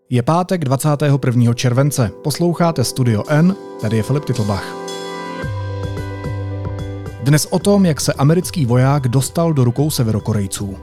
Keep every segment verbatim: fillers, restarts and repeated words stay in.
Je pátek dvacátého prvního července. Posloucháte Studio N, tady je Filip Titlbach. Dnes o tom, jak se americký voják dostal do rukou Severokorejců.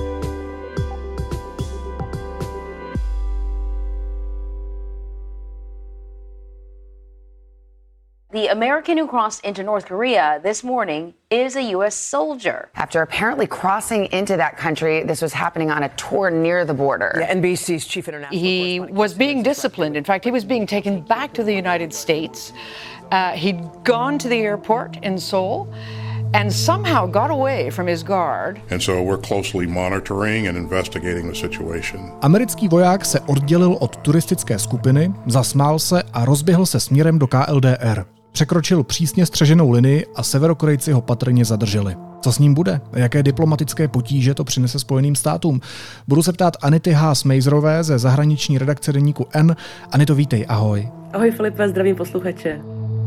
The American who crossed into North Korea this morning is a U S soldier. After apparently crossing into that country, this was happening on a tour near the border. Yeah, N B C's chief international. He was being disciplined. In fact, he was being taken back to the United States. Uh, he'd gone to the airport in Seoul and somehow got away from his guard. And so we're closely monitoring and investigating the situation. Americký voják se oddělil od turistické skupiny, zasmál se a rozběhl se směrem do K L D R. Překročil přísně střeženou linii a Severokorejci ho patrně zadrželi. Co s ním bude? Jaké diplomatické potíže to přinese Spojeným státům? Budu se ptát Anity Haas-Mejzrové ze zahraniční redakce deníku N. Anito, vítej, ahoj. Ahoj Filipe, zdravím posluchače.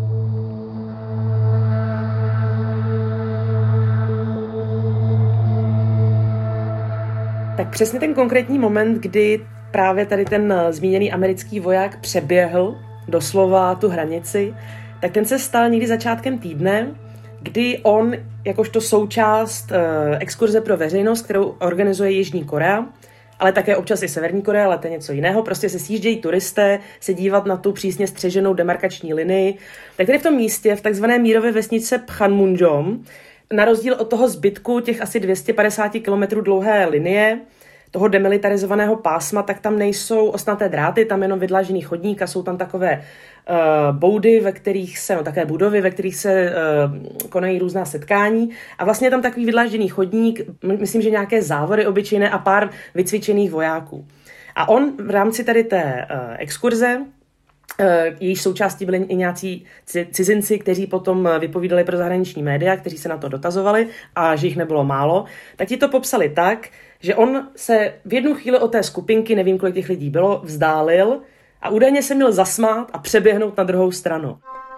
Tak přesně ten konkrétní moment, kdy právě tady ten zmíněný americký voják přeběhl doslova tu hranici, tak ten se stal někdy začátkem týdne, kdy on, jakožto součást e, exkurze pro veřejnost, kterou organizuje Jižní Korea, ale také občas i Severní Korea, ale to je něco jiného, prostě se sjíždějí turisté se dívat na tu přísně střeženou demarkační linii. Tak tady v tom místě, v takzvané mírové vesnice Panmunjom, na rozdíl od toho zbytku těch asi dvě stě padesát kilometrů dlouhé linie, toho demilitarizovaného pásma, tak tam nejsou ostnaté dráty, tam jenom vydlážený chodník a jsou tam takové uh, boudy, ve kterých se, no také budovy, ve kterých se uh, konají různá setkání a vlastně je tam takový vydlážený chodník, myslím, že nějaké závory obyčejné a pár vycvičených vojáků. A on v rámci tady té uh, exkurze, Uh, jejíž součástí byli i nějací cizinci, kteří potom vypovídali pro zahraniční média, kteří se na to dotazovali a že jich nebylo málo, tak ti to popsali tak, že on se v jednu chvíli od té skupinky, nevím, kolik těch lidí bylo, vzdálil a údajně se měl zasmát a přeběhnout na druhou stranu.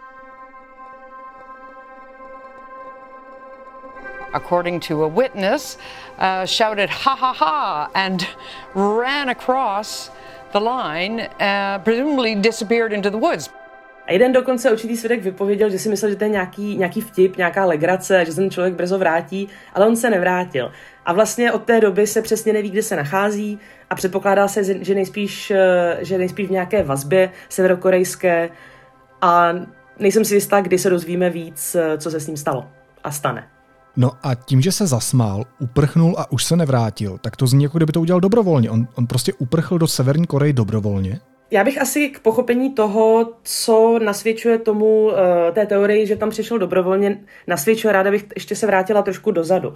According to a witness, uh, shouted ha ha ha and ran across the line, uh, presumably disappeared into the woods. A jeden dokonce určitý svědek vypověděl, že si myslel, že to je nějaký, nějaký vtip, nějaká legrace, že se ten člověk brzo vrátí, ale on se nevrátil. A vlastně od té doby se přesně neví, kde se nachází a předpokládá se, že nejspíš, že nejspíš v nějaké vazbě severokorejské a nejsem si jistá, kdy se dozvíme víc, co se s ním stalo a stane. No a tím, že se zasmál, uprchnul a už se nevrátil, tak to zní, jako kdyby to udělal dobrovolně. On, on prostě uprchl do Severní Koreje dobrovolně? Já bych asi k pochopení toho, co nasvědčuje tomu, té teorii, že tam přišel dobrovolně, nasvědčuje, ráda bych ještě se vrátila trošku dozadu.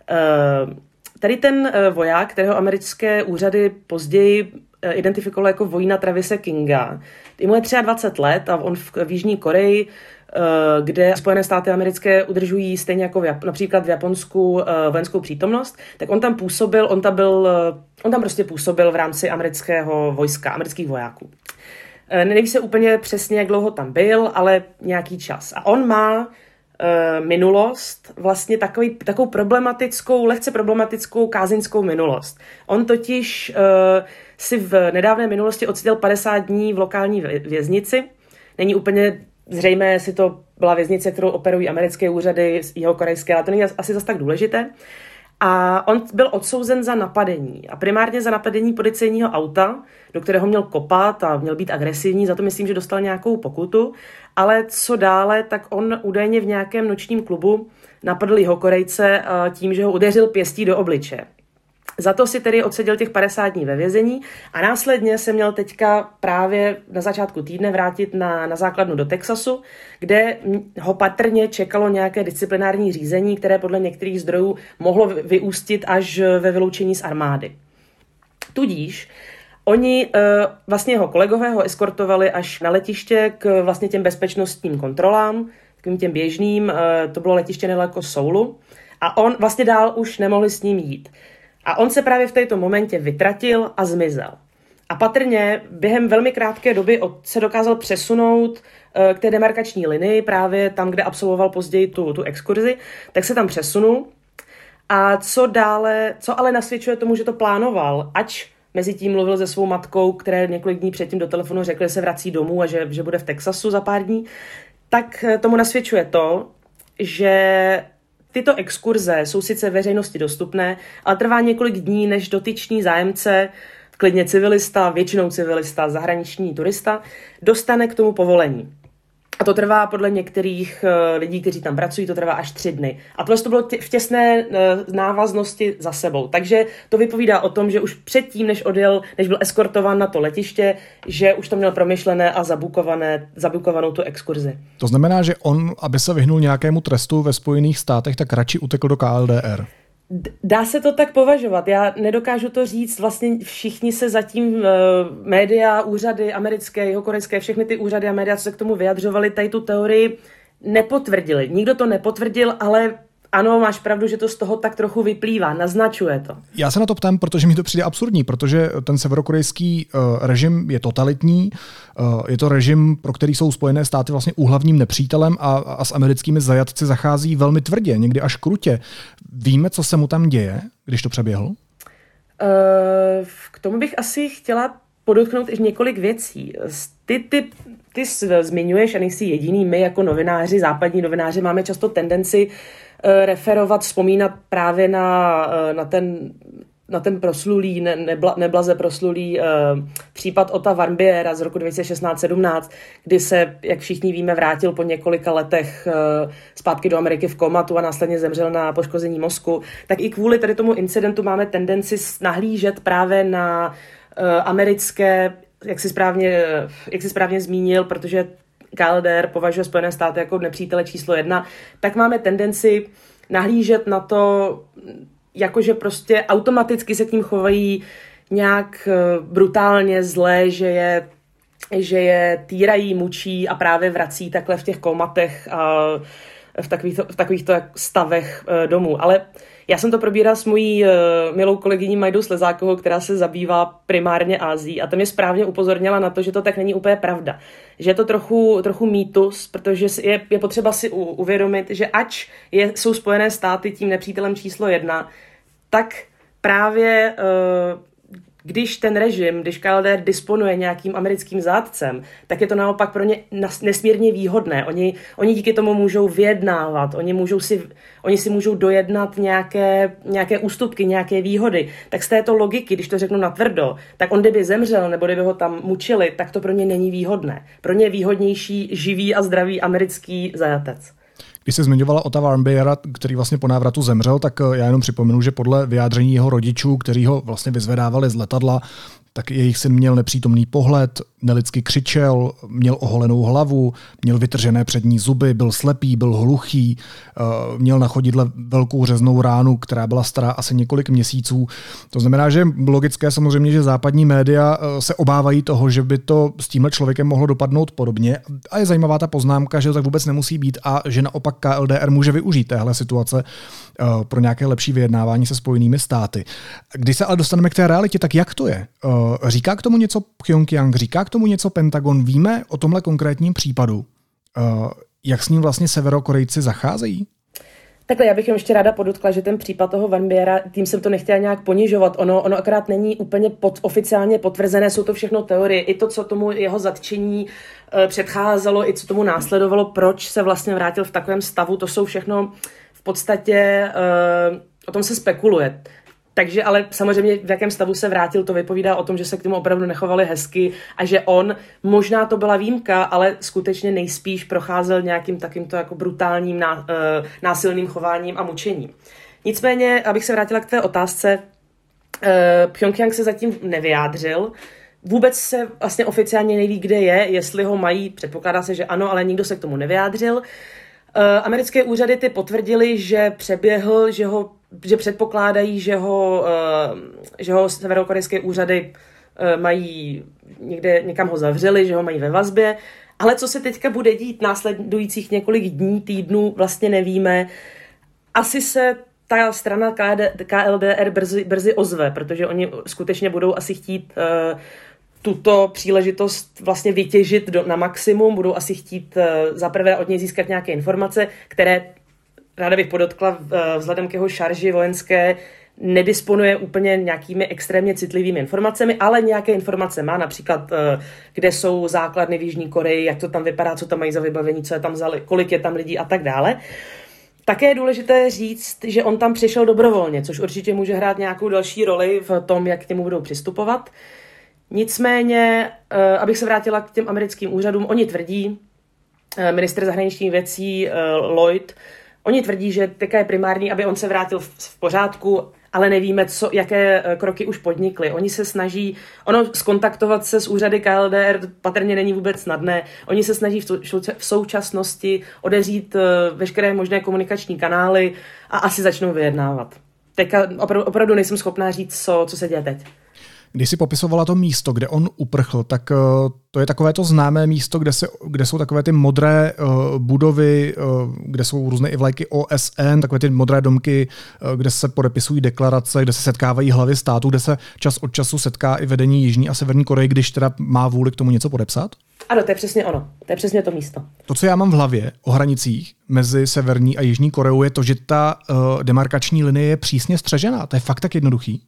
Tady ten voják, kterého americké úřady později identifikoval jako vojína Travise Kinga, mu je dvacet tři let a on v, v Jižní Koreji, kde Spojené státy americké udržují stejně jako v Jap- například v Japonsku vojenskou přítomnost, tak on tam působil, on tam byl, on tam prostě působil v rámci amerického vojska, amerických vojáků. Neví se úplně přesně, jak dlouho tam byl, ale nějaký čas. A on má uh, minulost, vlastně takový, takovou problematickou, lehce problematickou kázeňskou minulost. On totiž uh, si v nedávné minulosti odseděl padesát dní v lokální věznici. Není úplně zřejmě, jestli to byla věznice, kterou operují americké úřady, jihokorejské, ale to není asi zase tak důležité. A on byl odsouzen za napadení. A primárně za napadení policejního auta, do kterého měl kopat a měl být agresivní, za to myslím, že dostal nějakou pokutu. Ale co dále, tak on údajně v nějakém nočním klubu napadl Jihokorejce tím, že ho udeřil pěstí do obličeje. Za to si tedy odseděl těch padesát dní ve vězení a následně se měl teďka právě na začátku týdne vrátit na, na základnu do Texasu, kde ho patrně čekalo nějaké disciplinární řízení, které podle některých zdrojů mohlo vyústit až ve vyloučení z armády. Tudíž oni, vlastně jeho kolegové ho eskortovali až na letiště k vlastně těm bezpečnostním kontrolám, takovým těm běžným, to bylo letiště nedaleko Soulu a on vlastně dál už nemohli s ním jít. A on se právě v této momentě vytratil a zmizel. A patrně během velmi krátké doby se dokázal přesunout k té demarkační linii, právě tam, kde absolvoval později tu, tu exkurzi, tak se tam přesunul. A co dále, co ale nasvědčuje tomu, že to plánoval, ač mezitím mluvil se svou matkou, které několik dní předtím do telefonu řekl, že se vrací domů a že, že bude v Texasu za pár dní, tak tomu nasvědčuje to, že tyto exkurze jsou sice veřejnosti dostupné, ale trvá několik dní, než dotyčný zájemce, klidně civilista, většinou civilista, zahraniční turista, dostane k tomu povolení. A to trvá podle některých uh, lidí, kteří tam pracují, to trvá až tři dny. A tohle to bylo tě, v těsné uh, návaznosti za sebou. Takže to vypovídá o tom, že už předtím, než odjel, než byl eskortován na to letiště, že už to měl promyšlené a zabukované, zabukovanou tu exkurzi. To znamená, že on, aby se vyhnul nějakému trestu ve Spojených státech, tak radši utekl do K L D R. Dá se to tak považovat. Já nedokážu to říct. Vlastně všichni se zatím uh, média, úřady americké, jihokorejské, všechny ty úřady a média, co se k tomu vyjadřovali, tady tu teorii nepotvrdili. Nikdo to nepotvrdil, ale ano, máš pravdu, že to z toho tak trochu vyplývá, naznačuje to. Já se na to ptám, protože mi to přijde absurdní, protože ten severokorejský uh, režim je totalitní, uh, je to režim, pro který jsou Spojené státy vlastně úhlavním nepřítelem a, a s americkými zajatci zachází velmi tvrdě, někdy až krutě. Víme, co se mu tam děje, když to přeběhl? Uh, k tomu bych asi chtěla podotknout i několik věcí. Ty, ty, ty zmiňuješ a nejsi jediný, my jako novináři, západní novináři máme často tendenci referovat, vzpomínat právě na, na ten na ten proslulý, ne, nebla, neblaze proslulý uh, případ Otta Warmbiera z roku dva tisíce šestnáct sedmnáct, kdy se, jak všichni víme, vrátil po několika letech uh, zpátky do Ameriky v komatu a následně zemřel na poškození mozku, tak i kvůli tady tomu incidentu máme tendenci nahlížet právě na uh, americké, jak si správně, jak si správně zmínil, protože K L D R považuje Spojené státy jako nepřítele číslo jedna, tak máme tendenci nahlížet na to, jakože prostě automaticky se k ním chovají nějak brutálně zlé, že je, že je týrají, mučí a právě vrací takhle v těch komatech a v takovýchto, v takovýchto stavech domů. Ale já jsem to probíral s mojí milou kolegyní Majdou Slezákovou, která se zabývá primárně Ázií a tam je správně upozornila na to, že to tak není úplně pravda. Že je to trochu, trochu mýtus, protože je, je potřeba si u, uvědomit, že ač je, jsou Spojené státy tím nepřítelem číslo jedna, tak právě uh, když ten režim, když K L D R disponuje nějakým americkým zátcem, tak je to naopak pro ně nesmírně výhodné. Oni, oni díky tomu můžou vyjednávat, oni, můžou si, oni si můžou dojednat nějaké, nějaké ústupky, nějaké výhody. Tak z této logiky, když to řeknu natvrdo, tak on kdyby zemřel nebo kdyby ho tam mučili, tak to pro ně není výhodné. Pro ně je výhodnější živý a zdravý americký zajatec. Když se zmiňovala Otta Warmbiera, který vlastně po návratu zemřel, tak já jenom připomenu, že podle vyjádření jeho rodičů, kteří ho vlastně vyzvedávali z letadla, tak jejich syn měl nepřítomný pohled, nelidsky křičel, měl oholenou hlavu, měl vytržené přední zuby, byl slepý, byl hluchý, měl na chodidle velkou řeznou ránu, která byla stará asi několik měsíců. To znamená, že logické samozřejmě, že západní média se obávají toho, že by to s tímhle člověkem mohlo dopadnout podobně. A je zajímavá ta poznámka, že to tak vůbec nemusí být a že naopak K L D R může využít téhle situace pro nějaké lepší vyjednávání se Spojenými státy. Když se ale dostaneme k té realitě, tak jak to je? Říká k tomu něco Pchjongjang, říká k tomu něco Pentagon? Víme o tomhle konkrétním případu, jak s ním vlastně Severokorejci zacházejí? Takhle, já bych jen ještě ráda podotkla, že ten případ toho Warmbiera, tím jsem to nechtěla nějak ponižovat, ono, ono akorát není úplně pod, oficiálně potvrzené, jsou to všechno teorie, i to, co tomu jeho zatčení e, předcházelo, i co tomu následovalo, proč se vlastně vrátil v takovém stavu, to jsou všechno v podstatě, e, o tom se spekuluje. Takže ale samozřejmě v jakém stavu se vrátil, to vypovídá o tom, že se k tomu opravdu nechovali hezky a že on, možná to byla výjimka, ale skutečně nejspíš procházel nějakým takýmto jako brutálním ná, e, násilným chováním a mučením. Nicméně, abych se vrátila k té otázce, e, Pchjongjang se zatím nevyjádřil, vůbec se vlastně oficiálně neví, kde je, jestli ho mají, předpokládá se, že ano, ale nikdo se k tomu nevyjádřil. E, americké úřady ty potvrdili, že přeběhl, že ho že předpokládají, že ho, že ho severokorejské úřady mají někde, někam ho zavřeli, že ho mají ve vazbě, ale co se teďka bude dít následujících několik dní, týdnů, vlastně nevíme. Asi se ta strana K L D R brzy, brzy ozve, protože oni skutečně budou asi chtít uh, tuto příležitost vlastně vytěžit do, na maximum, budou asi chtít uh, zaprvé od něj získat nějaké informace, které ráda bych podotkla, vzhledem k jeho šarži vojenské, nedisponuje úplně nějakými extrémně citlivými informacemi, ale nějaké informace má, například kde jsou základny v Jižní Koreji, jak to tam vypadá, co tam mají za vybavení, co je tam za, kolik je tam lidí a tak dále. Také je důležité říct, že on tam přišel dobrovolně, což určitě může hrát nějakou další roli v tom, jak k němu budou přistupovat. Nicméně, abych se vrátila k těm americkým úřadům, oni tvrdí, ministr zahraničních věcí Lloyd, oni tvrdí, že teďka je primární, aby on se vrátil v, v pořádku, ale nevíme, co, jaké kroky už podnikli. Oni se snaží, ono skontaktovat se s úřady K L D R patrně není vůbec snadné. Oni se snaží v, v současnosti odevřít veškeré možné komunikační kanály a asi začnou vyjednávat. Teďka opravdu, opravdu nejsem schopná říct, co, co se děje teď. Když si popisovala to místo, kde on uprchl, tak to je takové to známé místo, kde, se, kde jsou takové ty modré uh, budovy, uh, kde jsou různé i vlajky O S N, takové ty modré domky, uh, kde se podepisují deklarace, kde se setkávají hlavy států, kde se čas od času setká i vedení Jižní a Severní Koreje, když teda má vůli k tomu něco podepsat? Ano, to je přesně ono. To je přesně to místo. To, co já mám v hlavě o hranicích mezi Severní a Jižní Koreou, je to, že ta uh, demarkační linie je přísně střežená. To je fakt tak jednoduchý.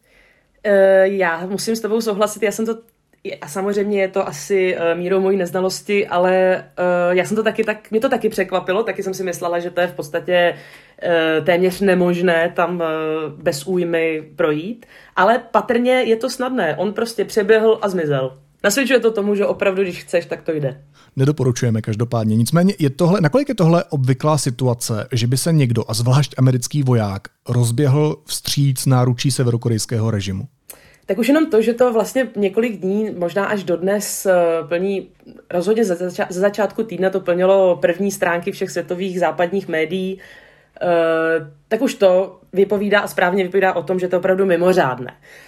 Já musím s tebou souhlasit, já jsem to, a samozřejmě je to asi mírou mojí neznalosti, ale já jsem to taky, tak, mě to taky překvapilo, taky jsem si myslela, že to je v podstatě téměř nemožné tam bez újmy projít, ale patrně je to snadné, on prostě přeběhl a zmizel. Nasvědčuje to tomu, že opravdu, když chceš, tak to jde. Nedoporučujeme každopádně. Nicméně, je tohle, nakolik je tohle obvyklá situace, že by se někdo, a zvlášť americký voják, rozběhl vstříc náručí severokorejského režimu? Tak už jenom to, že to vlastně několik dní, možná až dodnes plní, rozhodně ze, zača- ze začátku týdne to plnilo první stránky všech světových západních médií, tak už to vypovídá a správně vypovídá o tom, že to je opravdu mimořádné.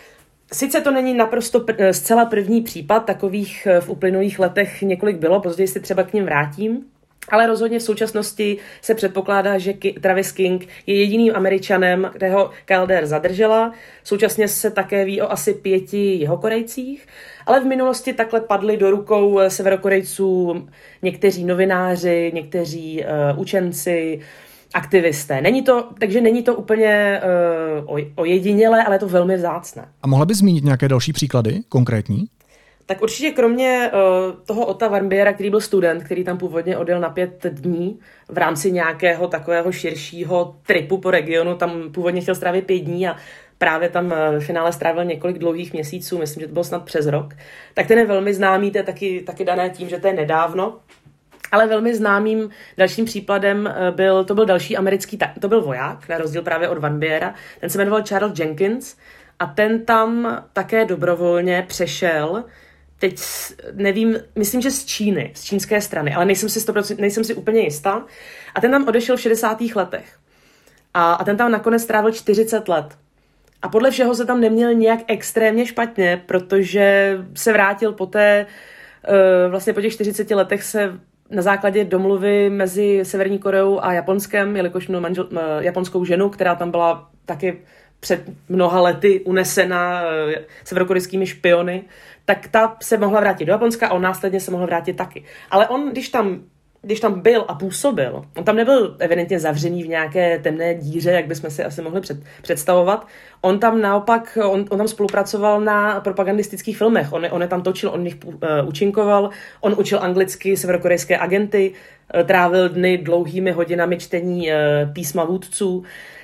Sice to není naprosto pr- zcela první případ, takových v uplynulých letech několik bylo, později si třeba k ním vrátím, ale rozhodně v současnosti se předpokládá, že Ki- Travis King je jediným Američanem, kde ho K L D R zadržela. Současně se také ví o asi pěti Jihokorejcích, ale v minulosti takhle padli do rukou Severokorejců někteří novináři, někteří uh, učenci, aktivisté. Není to, takže není to úplně uh, ojedinělé, ale je to velmi vzácné. A mohla bys zmínit nějaké další příklady, konkrétní? Tak určitě kromě uh, toho Otta Warmbiera, který byl student, který tam původně odjel na pět dní v rámci nějakého takového širšího tripu po regionu, tam původně chtěl strávit pět dní a právě tam v finále strávil několik dlouhých měsíců, myslím, že to bylo snad přes rok, tak ten je velmi známý, to je taky, taky dané tím, že to je nedávno. Ale velmi známým dalším příkladem byl, to byl další americký, to byl voják, na rozdíl právě od Warmbiera, ten se jmenoval Charles Jenkins a ten tam také dobrovolně přešel, teď nevím, myslím, že z Číny, z čínské strany, ale nejsem si, sto procent, nejsem si úplně jistá, a ten tam odešel v šedesátých letech a, a ten tam nakonec strávil čtyřicet let. A podle všeho se tam neměl nějak extrémně špatně, protože se vrátil poté, vlastně po těch čtyřiceti letech se na základě domluvy mezi Severní Koreou a Japonskem, jelikož měl manžel, japonskou ženu, která tam byla taky před mnoha lety unesena severokorejskými špiony, tak ta se mohla vrátit do Japonska a on následně se mohl vrátit taky. Ale on, když tam, když tam byl a působil, on tam nebyl evidentně zavřený v nějaké temné díře, jak bychom si asi mohli před, představovat. On tam naopak, on, on tam spolupracoval na propagandistických filmech. On, on je tam točil, on nich uh, účinkoval, on učil anglicky severokorejské agenty, uh, trávil dny dlouhými hodinami čtení uh, písma vůdců.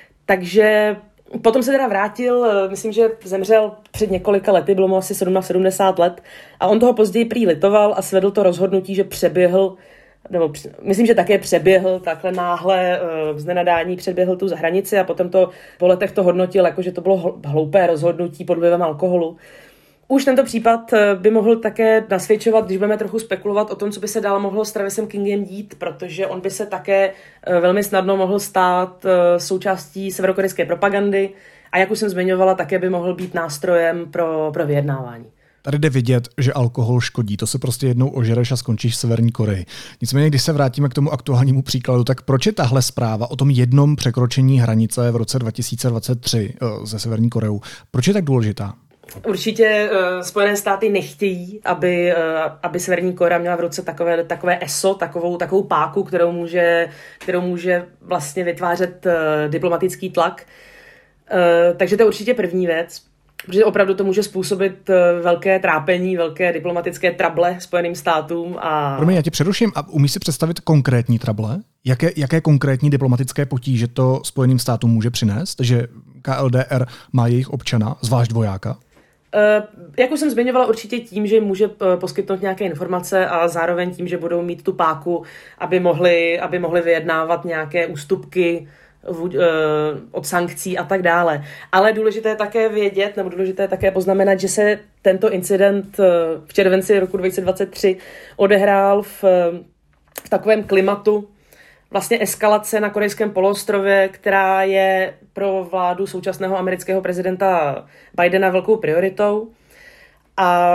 Takže potom se teda vrátil, myslím, že zemřel před několika lety, bylo mu asi sedmdesát let a on toho později prý litoval a svedl to rozhodnutí, že přeběhl, nebo myslím, že také přeběhl takhle náhle z nenadání, přeběhl tu hranici a potom to po letech to hodnotil, jako že to bylo hloupé rozhodnutí pod vlivem alkoholu. Už tento případ by mohl také nasvědčovat, když budeme trochu spekulovat o tom, co by se dál mohlo s Travisem Kingem dít, protože on by se také velmi snadno mohl stát součástí severokorejské propagandy a jak už jsem zmiňovala, také by mohl být nástrojem pro, pro vyjednávání. Tady jde vidět, že alkohol škodí, to se prostě jednou ožereš a skončíš v Severní Koreji. Nicméně, když se vrátíme k tomu aktuálnímu příkladu, tak proč je tahle zpráva o tom jednom překročení hranice v roce dva tisíce dvacet tři ze Severní Koreou, proč je tak důležitá? Určitě uh, Spojené státy nechtějí, aby, uh, aby Severní Korea měla v ruce takové, takové eso, takovou, takovou páku, kterou může, kterou může vlastně vytvářet uh, diplomatický tlak. takže to je určitě první věc, protože opravdu to může způsobit velké trápení, velké diplomatické trable Spojeným státům. A... Promiň, já tě přeruším. A umíš si představit konkrétní trable? Jaké, jaké konkrétní diplomatické potíže to Spojeným státům může přinést? Že K L D R má jejich občana, zvlášť vojáka? Uh, jak už jsem zmiňovala, určitě tím, že může uh, poskytnout nějaké informace a zároveň tím, že budou mít tu páku, aby mohli, aby mohli vyjednávat nějaké ústupky v, uh, od sankcí a tak dále. Ale důležité je také vědět, nebo důležité je také poznamenat, že se tento incident uh, v červenci roku dva tisíce dvacet tři odehrál v, uh, v takovém klimatu vlastně eskalace na korejském poloostrově, která je pro vládu současného amerického prezidenta Bidena velkou prioritou. A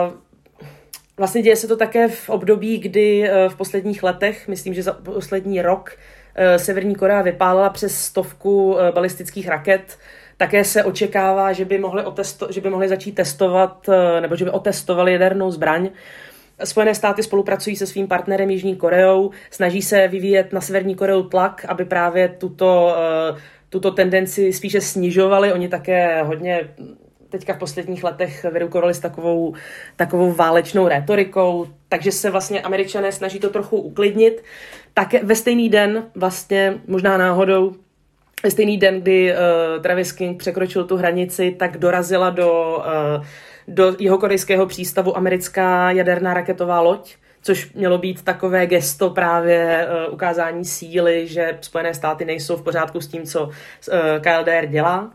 vlastně děje se to také v období, kdy v posledních letech, myslím, že za poslední rok, Severní Korea vypálila přes stovku balistických raket. Také se očekává, že by mohli, otesto- že by mohli začít testovat, nebo že by otestovali jadernou zbraň. Spojené státy spolupracují se svým partnerem Jižní Koreou, snaží se vyvíjet na Severní Koreu tlak, aby právě tuto, tuto tendenci spíše snižovali. Oni také hodně teďka v posledních letech vyrukovali s takovou, takovou válečnou rétorikou, takže se vlastně Američané snaží to trochu uklidnit. Také ve stejný den, vlastně možná náhodou, ve stejný den, kdy uh, Travis King překročil tu hranici, tak dorazila do... Uh, do jihokorejského přístavu americká jaderná raketová loď, což mělo být takové gesto právě uh, ukázání síly, že Spojené státy nejsou v pořádku s tím, co uh, K L D R dělá.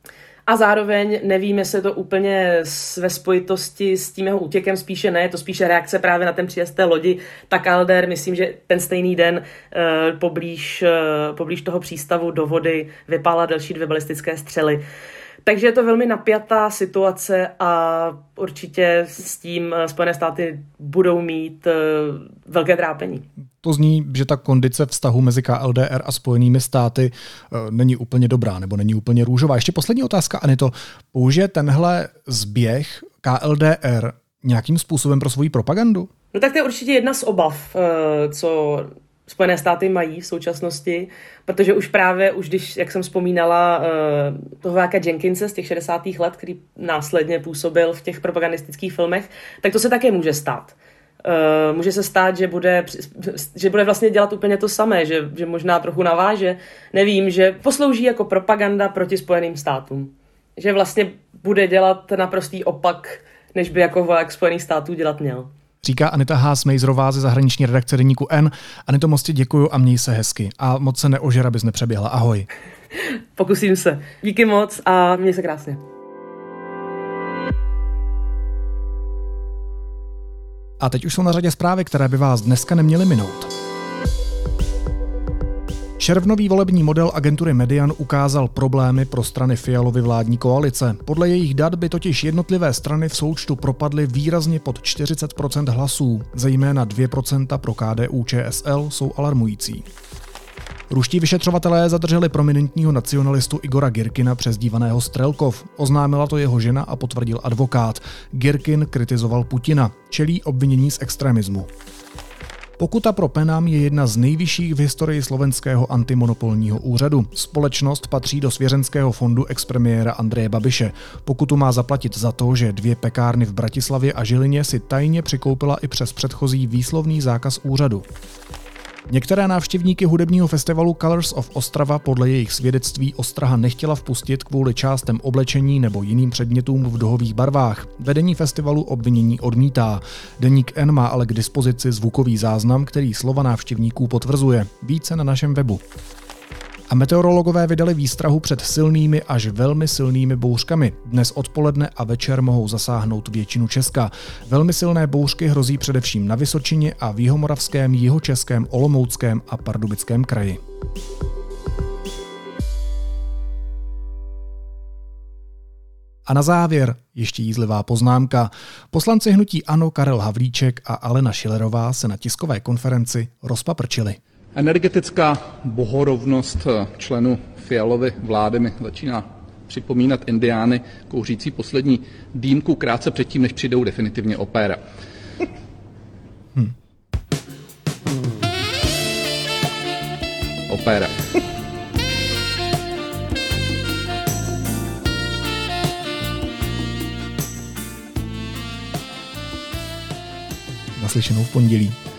A zároveň nevím, jestli to úplně ve spojitosti s tím jeho útěkem, spíše ne, je to spíše reakce právě na ten příjezd té lodi, tak K L D R, myslím, že ten stejný den uh, poblíž, uh, poblíž toho přístavu do vody vypálila další dvě balistické střely. Takže je to velmi napjatá situace a určitě s tím Spojené státy budou mít uh, velké trápení. To zní, že ta kondice vztahu mezi K L D R a Spojenými státy uh, není úplně dobrá, nebo není úplně růžová. Ještě poslední otázka, Anito. Použije tenhle zběh K L D R nějakým způsobem pro svoji propagandu? No tak to je určitě jedna z obav, uh, co Spojené státy mají v současnosti, protože už právě, už když, jak jsem vzpomínala, toho vojáka Jenkinse z těch šedesátých let, který následně působil v těch propagandistických filmech, tak to se také může stát. Může se stát, že bude, že bude vlastně dělat úplně to samé, že, že možná trochu naváže, nevím, že poslouží jako propaganda proti Spojeným státům. Že vlastně bude dělat naprostý opak, než by jako voják Spojených států dělat měl. Říká Anita Haas-Mejzrová ze zahraniční redakce deníku N. Anito, moc ti děkuju a měj se hezky. A moc se neožer, abys nepřeběhla. Ahoj. Pokusím se. Díky moc a měj se krásně. A teď už jsou na řadě zprávy, které by vás dneska neměly minout. Červnový volební model agentury Median ukázal problémy pro strany Fialovy vládní koalice. Podle jejich dat by totiž jednotlivé strany v součtu propadly výrazně pod čtyřicet procent hlasů, zejména dvě procenta pro K D U Č S L jsou alarmující. Ruští vyšetřovatelé zadrželi prominentního nacionalistu Igora Girkina přezdívaného Strelkov. Oznámila to jeho žena a potvrdil advokát. Girkin kritizoval Putina, čelí obvinění z extremismu. Pokuta pro Penam je jedna z nejvyšších v historii slovenského antimonopolního úřadu. Společnost patří do svěřenského fondu expremiéra Andreje Babiše. Pokutu má zaplatit za to, že dvě pekárny v Bratislavě a Žilině si tajně přikoupila i přes předchozí výslovný zákaz úřadu. Některé návštěvníky hudebního festivalu Colors of Ostrava podle jejich svědectví ostraha nechtěla vpustit kvůli částem oblečení nebo jiným předmětům v duhových barvách. Vedení festivalu obvinění odmítá. Deník N má ale k dispozici zvukový záznam, který slova návštěvníků potvrzuje. Více na našem webu. A meteorologové vydali výstrahu před silnými až velmi silnými bouřkami. Dnes odpoledne a večer mohou zasáhnout většinu Česka. Velmi silné bouřky hrozí především na Vysočině a v jihomoravském, jihočeském, olomouckém a pardubickém kraji. A na závěr ještě jízlivá poznámka. Poslanci hnutí ANO Karel Havlíček a Alena Schillerová se na tiskové konferenci rozpaprčili. Energetická bohorovnost členů Fialovy vlády mi začíná připomínat indiány kouřící poslední dýmku krátce předtím, než přijdou definitivně o péra. Hmm. O péra. Naslyšenou v pondělí.